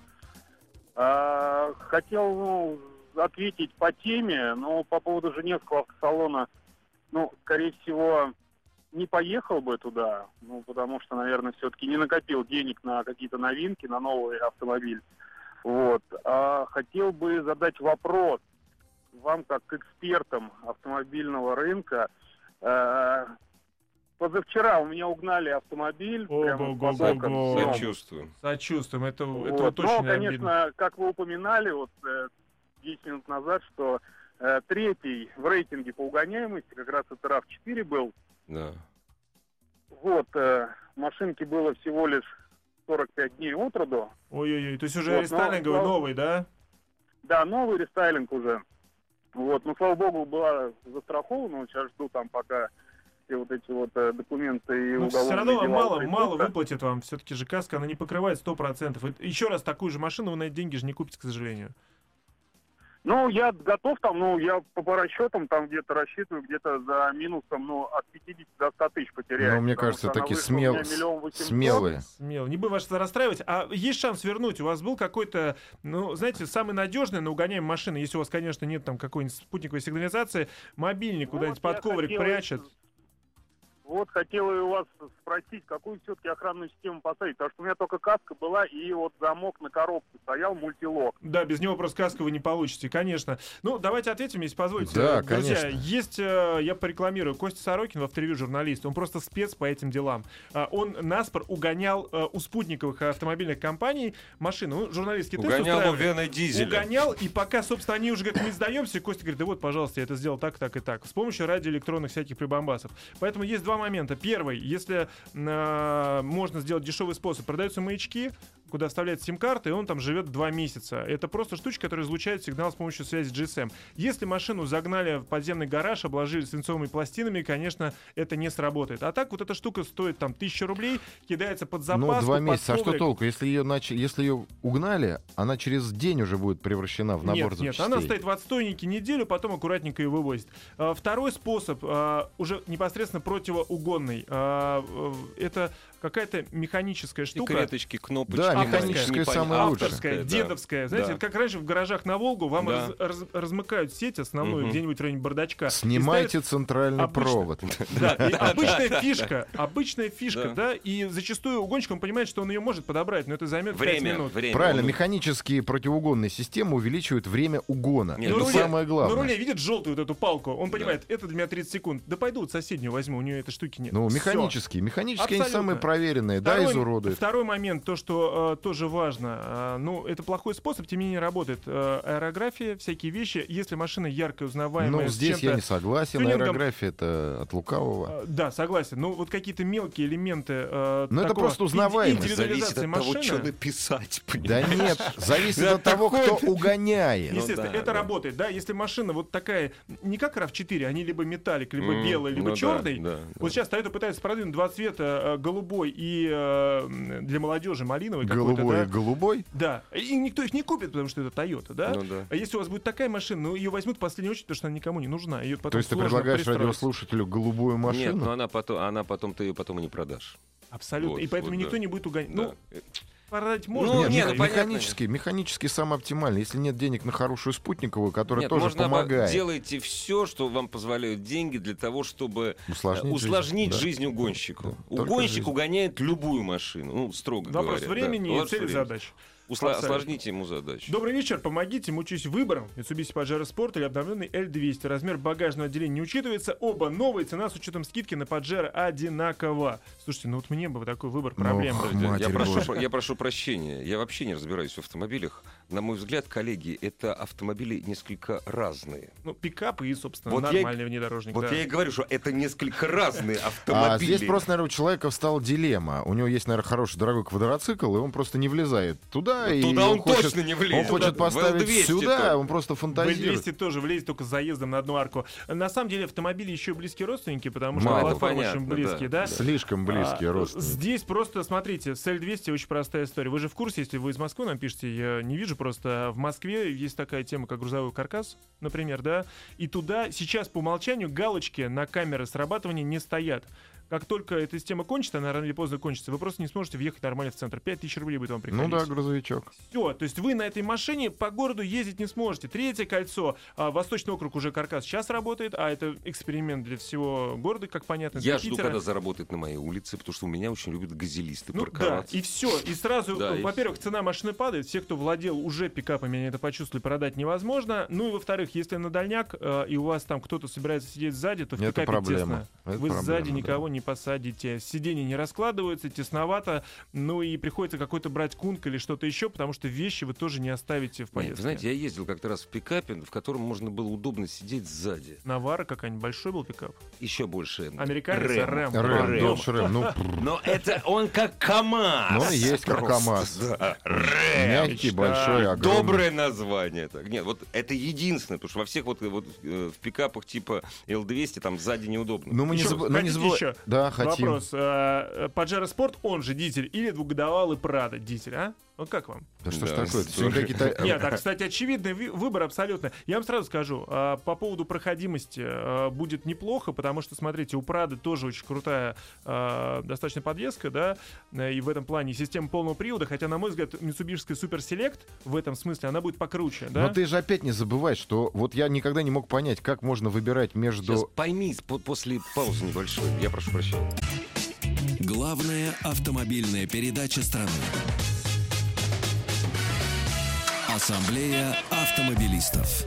Хотел ответить по теме, но по поводу Женевского автосалона, скорее всего, не поехал бы туда, потому что, наверное, все-таки не накопил денег на какие-то новинки, на новый автомобиль. Вот. Хотел бы задать вопрос вам, как экспертам автомобильного рынка. Позавчера у меня угнали автомобиль. прямо Ого-го-го-го. под окном. Сочувствую. Сочувствуем, это Вот. вот очень Но, обидно. конечно, как вы упоминали 10 минут назад, что третий в рейтинге по угоняемости как раз это RAV4 был. Да. Вот, машинке было всего лишь 45 дней от роду. Ой-ой-ой, то есть уже Вот, рестайлинговый но- новый, да? Да, новый рестайлинг уже. Вот, слава богу, была застрахована. Вот сейчас жду там пока все вот эти вот документы и Ну, уголовные все равно дела мало утрясутся. выплатит вам. Все-таки же каска, она не покрывает 100%. Еще раз такую же машину вы на эти деньги же не купите, к сожалению. Я готов там, я по расчетам там где-то рассчитываю, где-то за минусом, от 50 до 100 тысяч потеряю. Ну, мне кажется, такие смелые. Смело. Не будем вас расстраивать. А есть шанс вернуть? У вас был какой-то, знаете, самый надежный на угоняемой машины, если у вас, конечно, нет там какой-нибудь спутниковой сигнализации, мобильник куда-нибудь под коврик прячет. Вот хотел и у вас спросить, какую все-таки охранную систему поставить, потому что у меня только каска была и вот замок на коробке стоял, мультилок. Да, без него просто каску вы не получите, конечно. Давайте ответим, если позволите. Да, Друзья, конечно. есть, я порекламирую, Костя Сорокин в авторевью журналист, он просто спец по этим делам. Он наспор угонял у спутниковых автомобильных компаний машины, журналистский тест Угонял у устраивали. Вена Дизеля. Угонял, и пока, собственно, они уже говорят, мы сдаемся, Костя говорит, да вот, пожалуйста, я это сделал так, так и так, с помощью радиоэлектронных всяких прибамбасов. Поэтому есть два момента. Первый, если можно сделать дешевый способ, продаются маячки, куда вставляется сим-карта, и он там живет 2 месяца. Это просто штучка, которая излучает сигнал с помощью связи GSM. Если машину загнали в подземный гараж, обложили свинцовыми пластинами, конечно, это не сработает. А так вот эта штука стоит там 1000 рублей, кидается под запаску, 2 под месяца. А что коврик. толку? Если ее угнали, она через день уже будет превращена в набор Нет, запчастей. она стоит в отстойнике неделю, потом аккуратненько ее вывозит. Второй способ, уже непосредственно противоугонный, это какая-то механическая штука. Секреточки, кнопочки. Да, Авторская. механическое Непонятно. самое лучшее. Авторская, Да. дедовская. Знаете, Да. это как раньше в гаражах на Волгу вам Да. размыкают сеть основную Мгм. где-нибудь в районе бардачка. и Снимайте центральный обычно- провод. Да, и обычная фишка, Да. да, и зачастую угонщик, он понимает, что он ее может подобрать, но это займет 5 минут. Время. Правильно, Он- механические противоугонные системы увеличивают время угона. Нет, Это ну, самое На главное. руле видит желтую вот эту палку, он понимает, это для меня 30 секунд. Да пойду вот соседнюю возьму, у нее этой штуки нет. Ну, Всё. механические. Механические, они Абсолютно. самые проверенные, да, изуродуют. Второй момент, то, что тоже важно. Это плохой способ, тем не менее работает. Аэрография, всякие вещи. Если машина яркая, узнаваемая, Ну, с здесь я чем-то не согласен. тюнингом- Аэрография — это от лукавого. Да, согласен. Но вот какие-то мелкие элементы. Ну, это такого просто узнаваемость. Зависит индивидуализации от того, машины. что написать. Да понимаешь? нет, зависит Да, от того, такой кто угоняет. Естественно, Ну да, это да. работает, да, если машина вот такая, не как RAV4, они либо металлик, либо белый, либо Ну да, черный. да, Вот да. сейчас Toyota пытается продвинуть два цвета, голубой и для молодежи малиновый какой-то, Голубой да. и голубой. Да, и никто их не купит, потому что это Toyota, да? Ну да. А если у вас будет такая машина, ну ее возьмут в последнюю очередь, потому что она никому не нужна. Её потом То есть ты сложно предлагаешь пристроить. радиослушателю голубую Нет, машину? но она потом ты ее потом и не продашь. Абсолютно. Вот, И поэтому вот, никто да. не будет угонять. Да. Ну, продать можно. Ну, Нет, нет, ну, понятно. механически самый оптимальный. Если нет денег на хорошую спутниковую, которая Нет, тоже можно помогает делайте все, что вам позволяют деньги для того, чтобы усложнить жизнь угонщику. Да, только Угонщик жизнь. угоняет любую машину, ну, строго Вопрос говоря. времени да. и Вопрос цели времени. задач. Осложните ему задачу. Добрый вечер, помогите, мучаюсь выбором. Mitsubishi Pajero Sport или обновленный L200. Размер багажного отделения не учитывается. Оба новые, цена с учетом скидки на Pajero одинакова. Слушайте, ну вот мне бы такой выбор проблем. Ох, друзья. Матерь Божья. Я прошу прощения, я вообще не разбираюсь в автомобилях, на мой взгляд, коллеги, это автомобили несколько разные. Ну, пикап и, собственно, Вот нормальный внедорожник. Вот да. я и говорю, что это несколько разные автомобили. Здесь просто, наверное, у человека встала дилемма. У него есть, наверное, хороший дорогой квадроцикл, и он просто не влезает туда. Ну, и туда он хочет, точно не влезет. Он хочет Туда поставить в L200 сюда, только. он просто В фантазирует. L200 тоже влезет только с заездом на одну арку. На самом деле автомобили еще близкие родственники, потому что Мало. платформы Понятно, очень близкие, да? Слишком близкие родственники. Здесь просто, смотрите, с L200 очень простая история. Вы же в курсе, если вы из Москвы нам пишете, я не вижу просто. В Москве есть такая тема, как грузовой каркас, например, да, и туда сейчас по умолчанию галочки на камеры срабатывания не стоят. Как только эта система кончится, она рано или поздно кончится, вы просто не сможете въехать нормально в центр. 5000 рублей будет вам приходить. Ну да, грузовичок. Все, то есть вы на этой машине по городу ездить не сможете. Третье кольцо, Восточный округ уже каркас сейчас работает, а это эксперимент для всего города, как понятно, для Я жду, Питера. когда заработает на моей улице, потому что у меня очень любят газелисты Ну да, парковаться. и все. И сразу, Да, и во-первых, цена машины падает. Все, кто владел уже пикапами, они это почувствовали, продать невозможно. Ну и во-вторых, если на дальняк, и у вас там кто-то собирается сидеть сзади, то в Это пикапе проблема. тесно. Это Вы проблема, сзади да. никого не посадите. Сиденья не раскладываются, тесновато. Ну и приходится какой-то брать кунг или что-то еще, потому что вещи вы тоже не оставите в Нет, поездке. вы знаете, я ездил как-то раз в пикапе, в котором можно было удобно сидеть сзади. Навара какая-нибудь, большой был пикап. Еще больше. Американец, Рэм. Рэм, Рэм. Dodge Ram, ну, Но это он как КамАЗ. Ну, есть как Просто, КамАЗ. да. мягкий, мечта. большой, огромный. Доброе название. Так, нет, вот это единственное, потому что во всех вот в пикапах типа L200 там сзади неудобно. Ну, мы не Ещё, забываем. хотите еще? Да, хотим. Вопрос. Pajero Sport, он же дизель, или двухдовалый Prado дизель, а? Вот как вам? Да что ж Да, такое? слушай. Какие-то... Нет, так, кстати, очевидный выбор абсолютно. Я вам сразу скажу, по поводу проходимости будет неплохо, потому что, смотрите, у Prado тоже очень крутая достаточно подвеска, да, и в этом плане система полного привода, хотя, на мой взгляд, Mitsubishi Super Select в этом смысле, она будет покруче, да? Но ты же опять не забывай, что вот я никогда не мог понять, как можно выбирать между... Сейчас пойми после паузы небольшой. Я прошу прощения. Главная автомобильная передача страны. Ассамблея автомобилистов.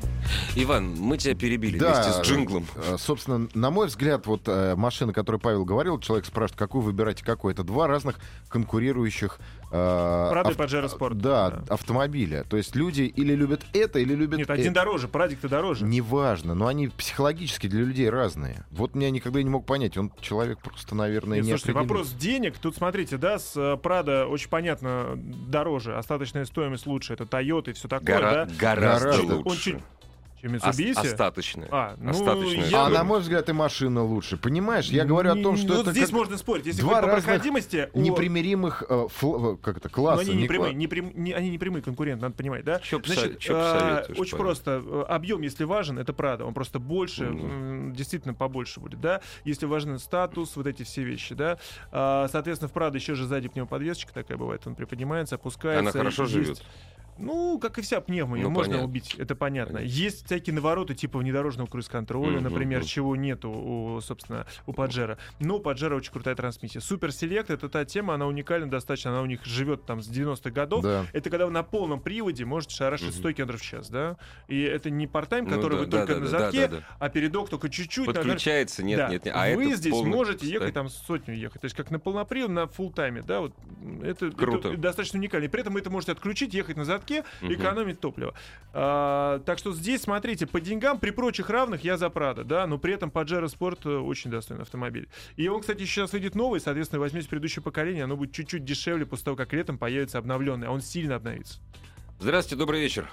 Иван, мы тебя перебили Да, вместе с джинглом. Собственно, на мой взгляд, вот машина, о которой Павел говорил, человек спрашивает, какую выбирать и какую. Это два разных конкурирующих Prado и Pajero Sport. да, автомобиля. То есть люди или любят это, или любят Нет, это. один дороже, Pradик-то дороже. Неважно, но они психологически для людей разные. Вот меня никогда не мог понять. Он человек просто, наверное, Нет, не слушайте, определил. вопрос денег. Тут, смотрите, да, с Prado очень понятно дороже, остаточная стоимость лучше, это Toyota и все такое, да? Гораздо Гораздо. лучше. Он чуть... Чем Mitsubishi? Остаточная. Ну, Остаточная. я- А на мой взгляд, и машина лучше. Понимаешь, я говорю о том, что вот это здесь как можно спорить. Если два говорить по разных проходимости... непримиримых как это, Но класса. они не не прямые, кла- они не прямые конкуренты, надо понимать, да? Чё Значит, посоветуешь, очень Павел? просто. Объем, если важен, это Prado. Он просто больше, действительно побольше будет, да? Если важен статус, вот эти все вещи, да? Соответственно, в Prado еще же сзади пневмоподвесочка такая бывает. Он приподнимается, опускается. Она хорошо Есть- живет. Ну, как и вся пневма, ее Ну, можно понятно. убить, это понятно. Понятно. Есть всякие навороты типа внедорожного круиз-контроля, Мгм, например, мгм. чего нету, собственно, у Pajero. Но у Pajero очень крутая трансмиссия. Super Select — это та тема, она уникальна достаточно, она у них живет там с 90-х годов. Да. Это когда вы на полном приводе можете шарашить 100 км в час, да? И это не парт-тайм, Ну который да, вы да, только да, на да, задке, да, да. а передок только чуть-чуть. Подключается, нет, Да. нет, нет. А Вы это здесь полный- можете ехать да? там сотню ехать. То есть как на полнопривод, на фулл-тайме, да? Вот это Круто. достаточно уникально. И при этом вы это можете отключить, ехать на задке, Мгм. экономить топливо. Так что здесь, смотрите, по деньгам при прочих равных я за Prado, да, но при этом Pajero Sport очень достойный автомобиль. И он, кстати, сейчас выйдет новый, соответственно, возьмете предыдущее поколение, оно будет чуть-чуть дешевле после того, как летом появится обновленный, а он сильно обновится. Здравствуйте, добрый вечер.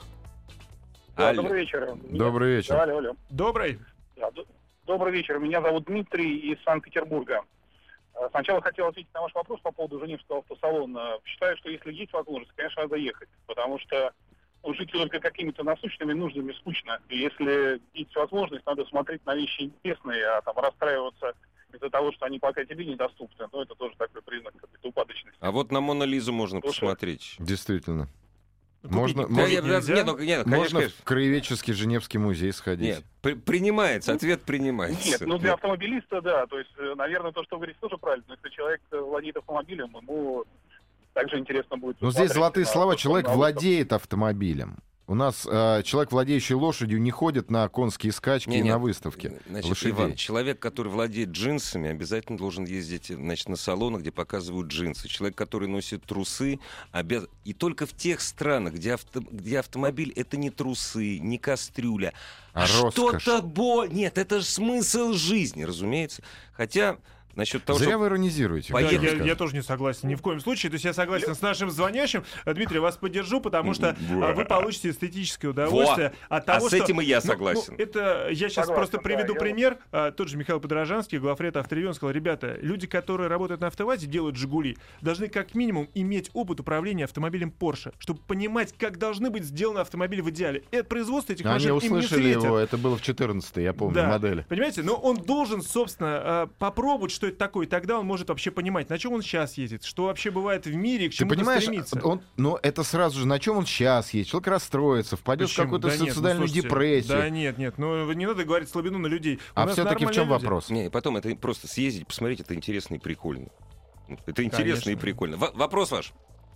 Да, Алло. добрый вечер. Добрый вечер. Да, алло. Добрый. Да, добрый вечер. Меня зовут Дмитрий из Санкт-Петербурга. Сначала хотел ответить на ваш вопрос по поводу Женевского автосалона. Считаю, что если есть возможность, конечно, надо ехать, потому что жить только какими-то насущными нуждами скучно. И если есть возможность, надо смотреть на вещи интересные, а там расстраиваться из-за того, что они пока тебе недоступны. Но это тоже такой признак какой-то упадочности. А вот на Мона Лизу можно Слушай. посмотреть. Действительно. Купить Можно- купить Да, нельзя? нет, конечно, Можно конечно. в Краеведческий Женевский музей сходить. Нет, принимается, ответ принимается. Нет, ну для автомобилиста, да. То есть, наверное, то, что вы говорите, тоже правильно. Но если человек владеет автомобилем, ему также интересно будет... Но здесь посмотреть золотые на слова. то, что Человек он на улицах. владеет автомобилем. У нас человек, владеющий лошадью, не ходит на конские скачки и на выставки. Значит, лошадей. Иван, человек, который владеет джинсами, обязательно должен ездить, значит, на салоны, где показывают джинсы. Человек, который носит трусы, и только в тех странах, где автомобиль — это не трусы, не кастрюля, А роскошь. что-то Нет, это же смысл жизни, разумеется. Хотя... Насчет того, Зря что... вы иронизируете. Да, Поехали. я тоже не согласен ни в коем случае. То есть я согласен с нашим звонящим. Дмитрий, вас поддержу, потому что вы получите эстетическое удовольствие от того, с этим и я согласен. Это я сейчас Согласен, просто приведу да, пример. Тот же Михаил Подорожанский, главред Авторевью, сказал: ребята, люди, которые работают на АвтоВАЗе, делают «Жигули», должны как минимум иметь опыт управления автомобилем Porsche, чтобы понимать, как должны быть сделаны автомобили в идеале. И от производства этих Они машин им не услышали светит. его, это было в 14-й, я помню, Да, модели. понимаете, но он должен, собственно, попробовать, что это такое, и тогда он может вообще понимать, на чем он сейчас ездит, что вообще бывает в мире, к Ты чему понимаешь, стремится. но это сразу же, на чем он сейчас есть. Человек расстроится, впадет в Почему? какую-то Да нет, суицидальную слушайте, депрессию. Да нет, ну не надо говорить слабину на людей. У А нас все-таки в чем нормальные люди. вопрос? Не, и потом это просто съездить, посмотреть, это интересно и прикольно. Это интересно и Конечно. прикольно. Вопрос ваш.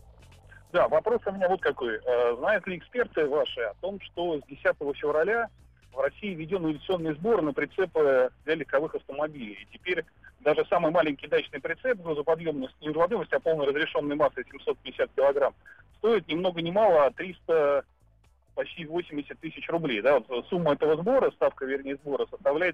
Да, вопрос у меня вот какой. Знают ли эксперты ваши о том, что с 10 февраля в России введен инвестиционный сбор на прицепы для легковых автомобилей? И теперь даже самый маленький дачный прицеп, грузоподъемность, не грузоподъемность, а полной разрешенной массой 750 килограмм, стоит ни много ни мало 300, почти 80 тысяч рублей. Да? Вот сумма этого сбора, ставка, вернее, сбора, составляет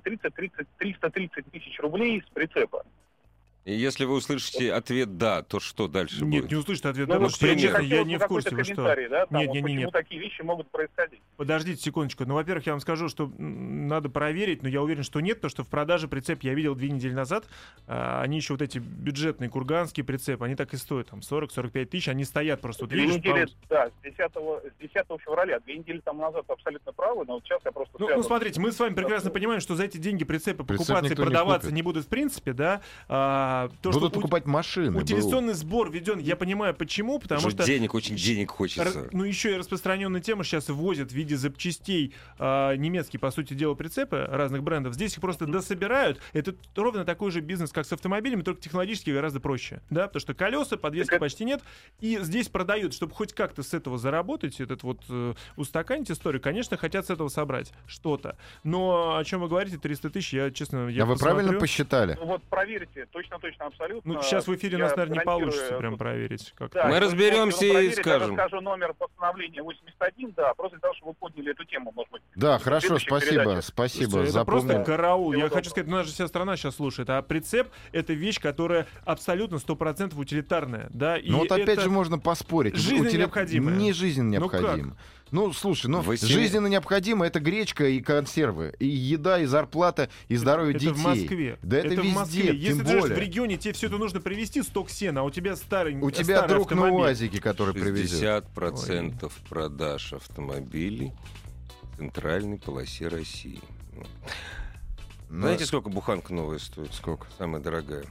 330 тысяч рублей с прицепа. И если вы услышите ответ «да», то что дальше Нет, будет? не услышите ответ. Ну, да, вот потому что, честно, я хотелось не бы в курсе, какой-то вы что. комментарий, да, там, Нет, вот не, почему нет. такие вещи могут происходить. Подождите секундочку. Ну, во-первых, я вам скажу, что надо проверить, но я уверен, что нет, потому что в продаже прицеп я видел 2 недели назад. Они еще вот эти бюджетные курганские прицепы, они так и стоят, там 40-45 тысяч, они стоят просто. Вот 2 видишь, недели, да, с 10 февраля, 2 недели там назад абсолютно правы, но вот сейчас я просто Ну, смотрите, мы с вами прекрасно понимаем, что за эти деньги прицепы Прицеп покупаться и никто не продаваться купит. не будут в принципе, да. То, Будут что покупать машины. утилизационный сбор введен, я понимаю почему, потому Уже что очень денег хочется. ну, еще и распространенная тема сейчас ввозят в виде запчастей немецкие, по сути дела, прицепы разных брендов. Здесь их просто дособирают. Это ровно такой же бизнес, как с автомобилями, только технологически гораздо проще. Да? Потому что колеса, подвески почти нет. И здесь продают, чтобы хоть как-то с этого заработать, этот вот устаканить историю. Конечно, хотят с этого собрать что-то. Но о чем вы говорите, 300 тысяч, я, честно, я А вы посмотрю. правильно посчитали? Ну вот проверьте, точно, абсолютно. Ну, сейчас в эфире у Я нас, наверное, не гарантирую, получится прям проверить. Как-то. Да, Мы если разберемся можно и проверить, скажем. Я расскажу номер постановления 81, да, просто для того, чтобы вы подняли эту тему, может быть. Да, в хорошо, следующих спасибо, передачах. спасибо. Слушайте, это просто Запомним. караул. Я Всего хочу сказать, наша вся страна сейчас слушает. А прицеп — это вещь, которая абсолютно 100% утилитарная. Да? И Ну вот опять это же можно поспорить. жизненно необходимое. Не жизненно Ну как? необходимо. Ну, слушай, Вы жизненно необходимо — это гречка и консервы, и еда, и зарплата, и здоровье это детей. в Москве. Да это в везде, Москве. Если тем ты живешь в более. регионе, тебе все это нужно привезти, сток сена, а у тебя старый У тебя старый друг на автомобиль. УАЗике, который привезет. 60% продаж автомобилей в центральной полосе России. Ну, Знаете, сколько буханка новая стоит? сколько? Самая дорогая.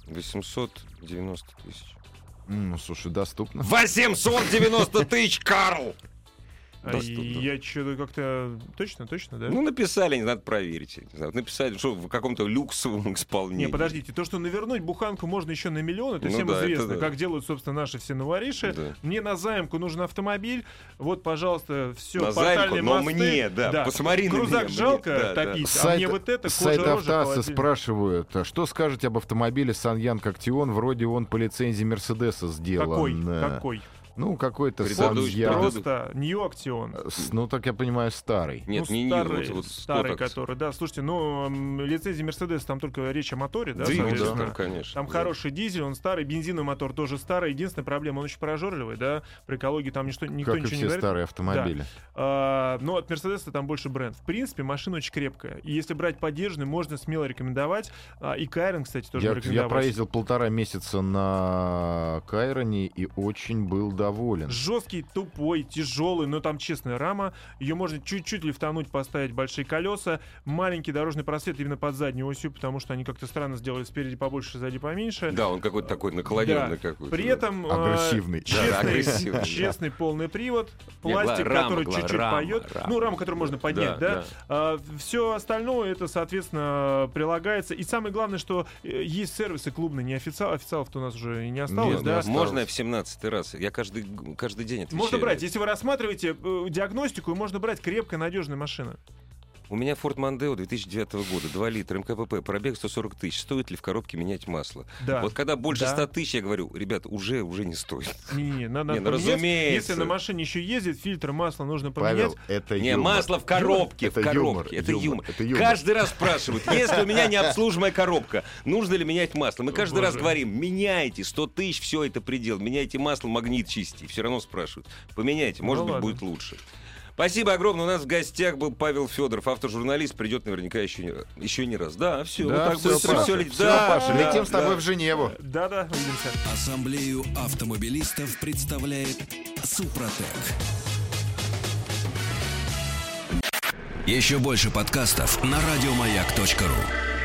890 тысяч. Ну, слушай, доступно. 890 тысяч, Карл! А я что-то как-то... Точно, да? Ну, написали, не надо проверить. Я не знаю. Написали, что в каком-то люксовом исполнении. Не, подождите, то, что навернуть буханку можно еще на миллион, это Ну всем да, известно, это да. как делают, собственно, наши все новориши. Да. Мне на заимку нужен автомобиль, вот, пожалуйста, все, На заимку, портальные но мосты. мне, да, посмотри на Крузак меня, жалко мне, да, топить, да. а мне вот это, Сайт кожа рожа, Автоасса холодильник. спрашивают, а что скажете об автомобиле Саньян Актион? Вроде он по лицензии Мерседеса сделан. Какой? Ну, какой-то Предыдущий, Саньян. Просто New Action. Ну, так я понимаю, старый. Нет, Ну, не старый, вот старый, Scottex. который, да, слушайте, ну, лицензия Мерседеса, там только речь о моторе, да, Двигатель, соответственно. там, конечно. Там да. хороший дизель, он старый, бензиновый мотор тоже старый. Единственная проблема, он очень прожорливый, да, при экологии там никто Как и ничего не все говорит. старые автомобили. Но от Мерседеса там больше бренд. В принципе, машина очень крепкая. И если брать поддержанную, можно смело рекомендовать. И Кайрон, кстати, тоже Я рекомендовать. проездил 1,5 месяца на Кайроне и очень был доволен. Жесткий, тупой, тяжелый, но там честная рама. Ее можно чуть-чуть лифтануть, поставить большие колеса. Маленький дорожный просвет именно под задней осью, потому что они как-то странно сделали спереди побольше, сзади поменьше. Да, он какой-то такой наклоненный Да. какой-то. При да. этом Агрессивный. Да, агрессивный, да. честный полный привод, Нет, пластик, рама, который главное, чуть-чуть рама, поет. рама. Ну, раму, которую можно поднять, да. Да, Все остальное, это, соответственно, прилагается. И самое главное, что есть сервисы клубные, не официалов-то у нас уже и не осталось, Нет, да. не осталось. Можно я в 17-й раз? Я каждый каждый день отвечаю. Можно брать, если вы рассматриваете диагностику, можно брать крепкая, надежная машина. У меня Ford Mondeo 2009 года, 2 литра, МКПП, пробег 140 тысяч. Стоит ли в коробке менять масло? Да. Вот когда больше Да. 100 тысяч, я говорю, ребят, уже не стоит. Не, надо Не, ну, поменять. разумеется. Если на машине еще ездит, фильтр масла нужно поменять. Павел, это Не, юмор. масло в коробке, Это в коробке. юмор, Это юмор. это юмор. Каждый раз спрашивают, если у меня необслуживаемая коробка, нужно ли менять масло? Мы каждый раз Боже. говорим, меняйте, 100 тысяч, все это предел. Меняйте масло, магнит чисти. Все равно спрашивают. Поменяйте, может быть, ладно. будет лучше. Спасибо огромное. У нас в гостях был Павел Федоров, автожурналист. Придет наверняка еще не раз. Да, все. Да, вот так всё, быстро Паша, все всё, Паша, летим с тобой в Женеву. Да, увидимся. Ассамблею автомобилистов представляет Супротек. Еще больше подкастов на радиомаяк.ру.